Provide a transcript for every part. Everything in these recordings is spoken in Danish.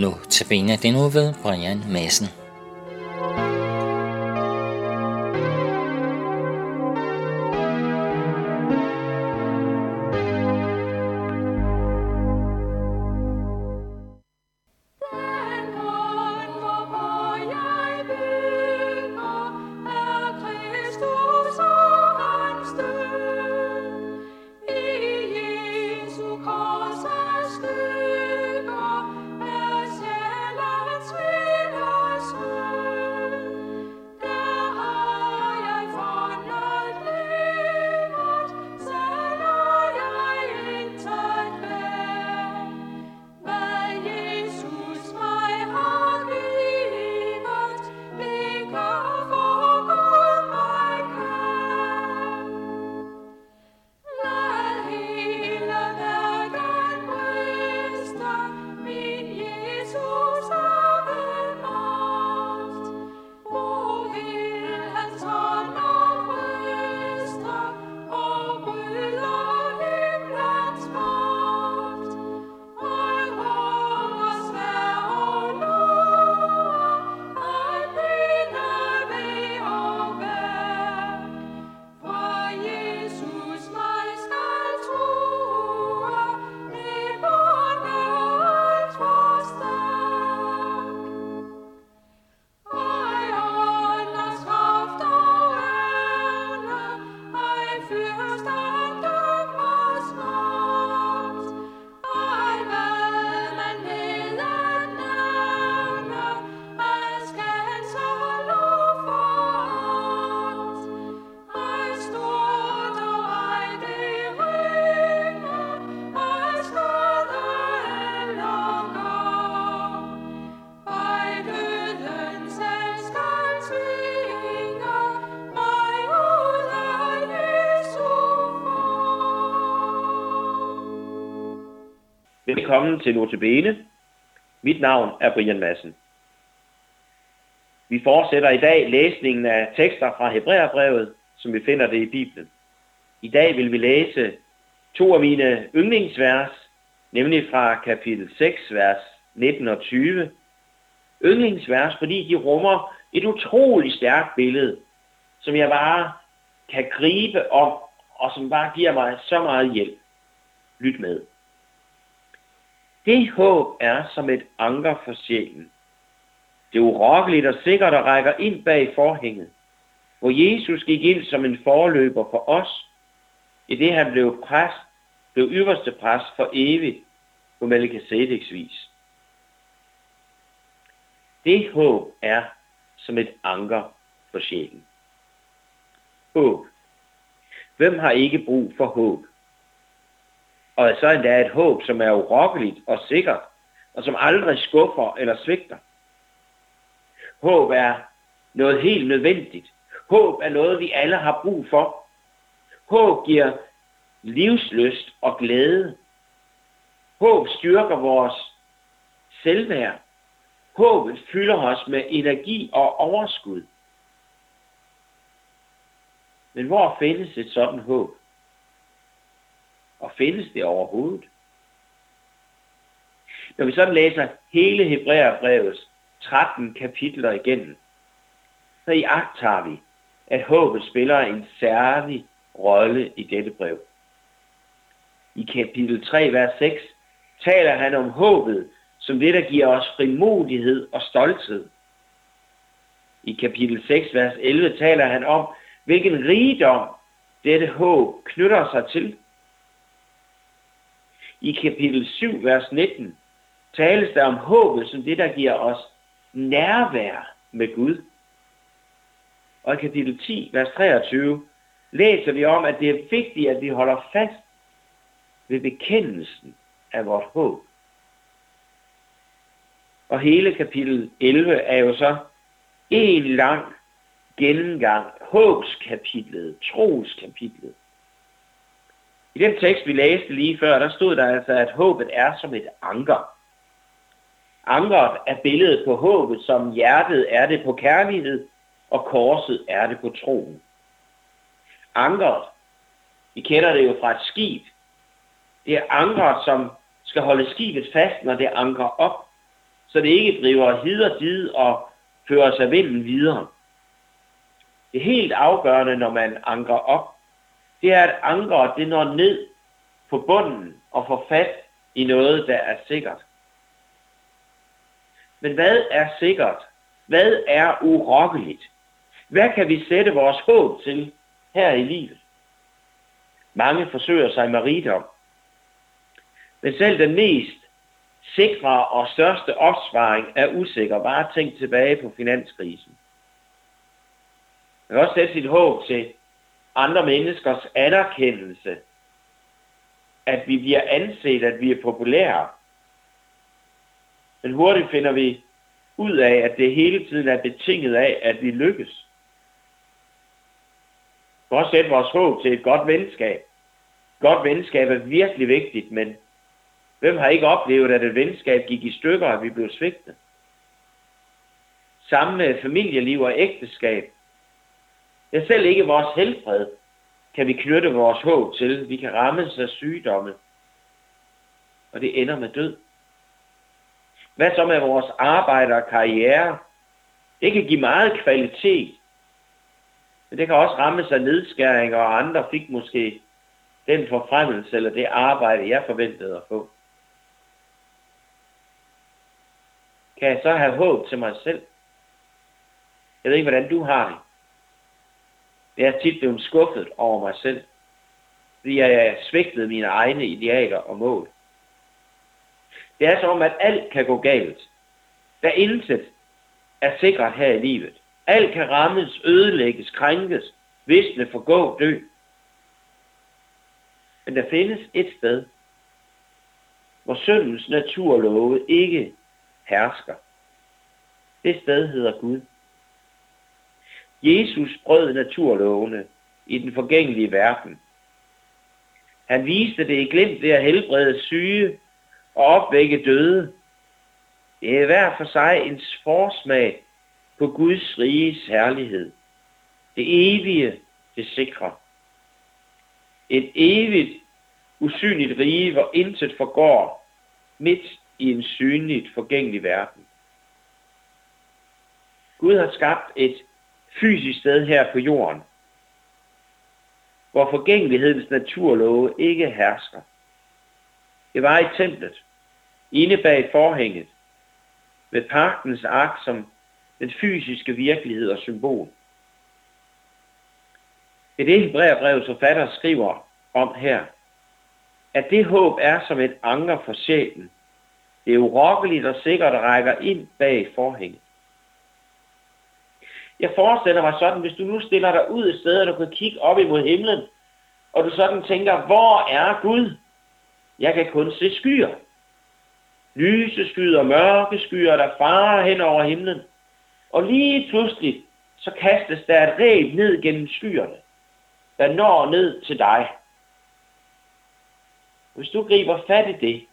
Nu tabiner den nu ved Brian Madsen. Velkommen til Notabene. Mit navn er Brian Madsen. Vi fortsætter i dag læsningen af tekster fra Hebræerbrevet, som vi finder det i Bibelen. I dag vil vi læse 2 af mine yndlingsvers, nemlig fra kapitel 6, vers 19 og 20. Yndlingsvers, fordi de rummer et utroligt stærkt billede, som jeg bare kan gribe om, og som bare giver mig så meget hjælp. Lyt med. Det håb er som et anker for sjælen. Det er urokkeligt og sikkert og rækker ind bag forhænget, hvor Jesus gik ind som en forløber for os, i det han blev øverste præst for evigt på Melkisedeks vis. Det håb er som et anker for sjælen. Håb. Hvem har ikke brug for håb? Og så endda et håb, som er urokkeligt og sikkert, og som aldrig skuffer eller svigter. Håb er noget helt nødvendigt. Håb er noget, vi alle har brug for. Håb giver livslyst og glæde. Håb styrker vores selvværd. Håbet fylder os med energi og overskud. Men hvor findes et sådan håb? Og findes det overhovedet? Når vi sådan læser hele Hebræerbrevets 13 kapitler igennem, så iagttager vi, at håbet spiller en særlig rolle i dette brev. I kapitel 3, vers 6, taler han om håbet som det, der giver os frimodighed og stolthed. I kapitel 6, vers 11, taler han om, hvilken rigdom dette håb knytter sig til. I kapitel 7, vers 19, tales der om håbet som det, der giver os nærvær med Gud. Og i kapitel 10, vers 23, læser vi om, at det er vigtigt, at vi holder fast ved bekendelsen af vores håb. Og hele kapitel 11 er jo så en lang gennemgang, håbskapitlet, troskapitlet. I den tekst, vi læste lige før, der stod der altså, at håbet er som et anker. Ankeret er billedet på håbet, som hjertet er det på kærlighed, og korset er det på troen. Ankeret, vi kender det jo fra et skib. Det er ankeret, som skal holde skibet fast, når det anker op, så det ikke driver hid og did og fører sig vinden videre. Det helt afgørende, når man anker op, det er, at ankeret det når ned på bunden og får fat i noget, der er sikkert. Men hvad er sikkert? Hvad er urokkeligt? Hvad kan vi sætte vores håb til her i livet? Mange forsøger sig med rigdom. Men selv den mest sikre og største opsparing er usikker. Bare tænk tilbage på finanskrisen. Man kan også sætte sit håb til andre menneskers anerkendelse. At vi bliver anset, at vi er populære. Men hurtigt finder vi ud af, at det hele tiden er betinget af, at vi lykkes. Vi kan også sætte vores håb til et godt venskab. Godt venskab er virkelig vigtigt, men hvem har ikke oplevet, at et venskab gik i stykker, og vi blev svigtet? Sammen med familieliv og ægteskab. Ja, selv ikke vores helbred kan vi knytte vores håb til. Vi kan rammes af sygdomme, og det ender med død. Hvad så med vores arbejde og karriere? Det kan give meget kvalitet, men det kan også rammes af nedskæringer, og andre fik måske den forfremmelse eller det arbejde, jeg forventede at få. Kan jeg så have håb til mig selv? Jeg ved ikke, hvordan du har det. Jeg er tit blevet skuffet over mig selv, fordi jeg svigtede mine egne idealer og mål. Det er som om, at alt kan gå galt. Der intet er sikkert her i livet. Alt kan rammes, ødelægges, krænkes, visne, forgå, dø. Men der findes et sted, hvor syndens naturlove ikke hersker. Det sted hedder Gud. Jesus brød naturlovene i den forgængelige verden. Han viste det i glimt ved at helbrede syge og opvække døde. Det er hver for sig en forsmag på Guds riges herlighed. Det evige, det sikre. Et evigt, usynligt rige, hvor intet forgår, midt i en synligt forgængelig verden. Gud har skabt et fysisk sted her på jorden, hvor forgængelighedens naturlove ikke hersker. Det var i templet, inde bag forhænget, med pagtens ark som den fysiske virkelighed og symbol. Det Hebræerbrevets forfatter skriver om her, at det håb er som et anker for sjælen. Det er urokkeligt og sikkert rækker ind bag forhænget. Jeg forestiller mig sådan, hvis du nu stiller dig ud et sted, og du kan kigge op imod himlen, og du sådan tænker, hvor er Gud? Jeg kan kun se skyer. Lyse skyer, mørke skyer, der farer hen over himlen. Og lige pludselig, så kastes der et reb ned gennem skyerne, der når ned til dig. Hvis du griber fat i det,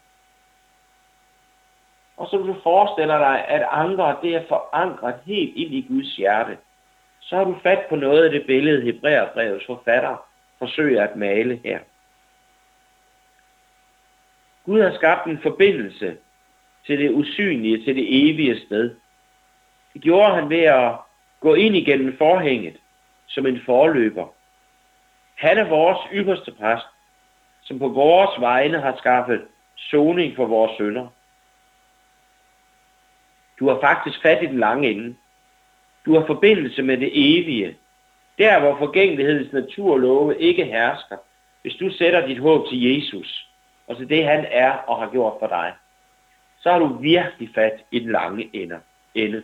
og så du forestiller dig, at ankeret det er forankret helt ind i Guds hjerte, så har du fat på noget af det billede, Hebræerbrevets forfatter forsøger at male her. Gud har skabt en forbindelse til det usynlige, til det evige sted. Det gjorde han ved at gå ind igennem forhænget som en forløber. Han er vores ypperste præst, som på vores vegne har skaffet soning for vores synder. Du har faktisk fat i den lange ende. Du har forbindelse med det evige. Der, hvor forgængelighedens naturlove ikke hersker, hvis du sætter dit håb til Jesus, og til det han er og har gjort for dig, så har du virkelig fat i den lange ende.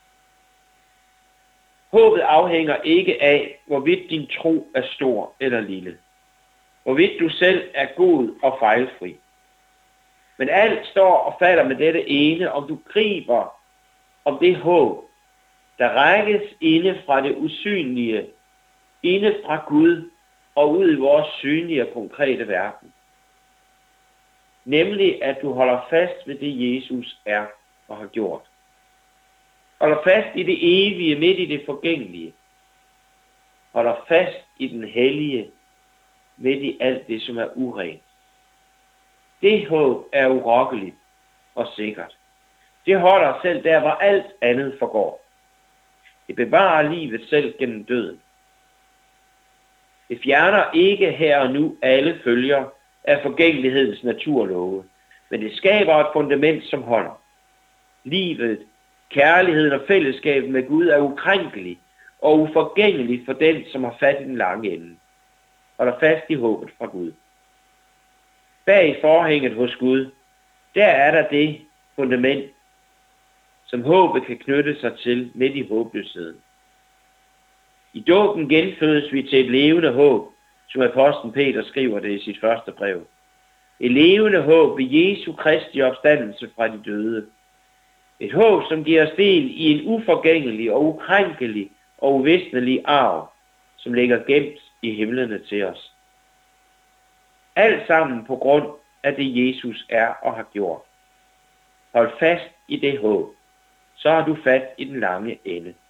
Håbet afhænger ikke af, hvorvidt din tro er stor eller lille. Hvorvidt du selv er god og fejlfri. Men alt står og falder med dette ene, om du griber om det håb, der rækkes inde fra det usynlige, inde fra Gud og ud i vores synlige og konkrete verden. Nemlig, at du holder fast ved det, Jesus er og har gjort. Holder fast i det evige midt i det forgængelige. Holder fast i den hellige midt i alt det, som er urent. Det håb er urokkeligt og sikkert. Det holder selv der, hvor alt andet forgår. Det bevarer livet selv gennem døden. Det fjerner ikke her og nu alle følger af forgængelighedens naturlove, men det skaber et fundament, som holder. Livet, kærligheden og fællesskabet med Gud er ukrænkelig og uforgængelig for den, som har fat i den lange ende. Holder fast i håbet fra Gud. Bag forhænget hos Gud, der er der det fundament, som håbet kan knytte sig til midt i håbløsheden. I dåben genfødes vi til et levende håb, som apostlen Peter skriver det i sit første brev. Et levende håb ved Jesu Kristi opstandelse fra de døde. Et håb, som giver os del i en uforgængelig og ukrænkelig og uvisnelig arv, som ligger gemt i himlene til os. Alt sammen på grund af det Jesus er og har gjort. Hold fast i det håb, så har du fat i den lange ende.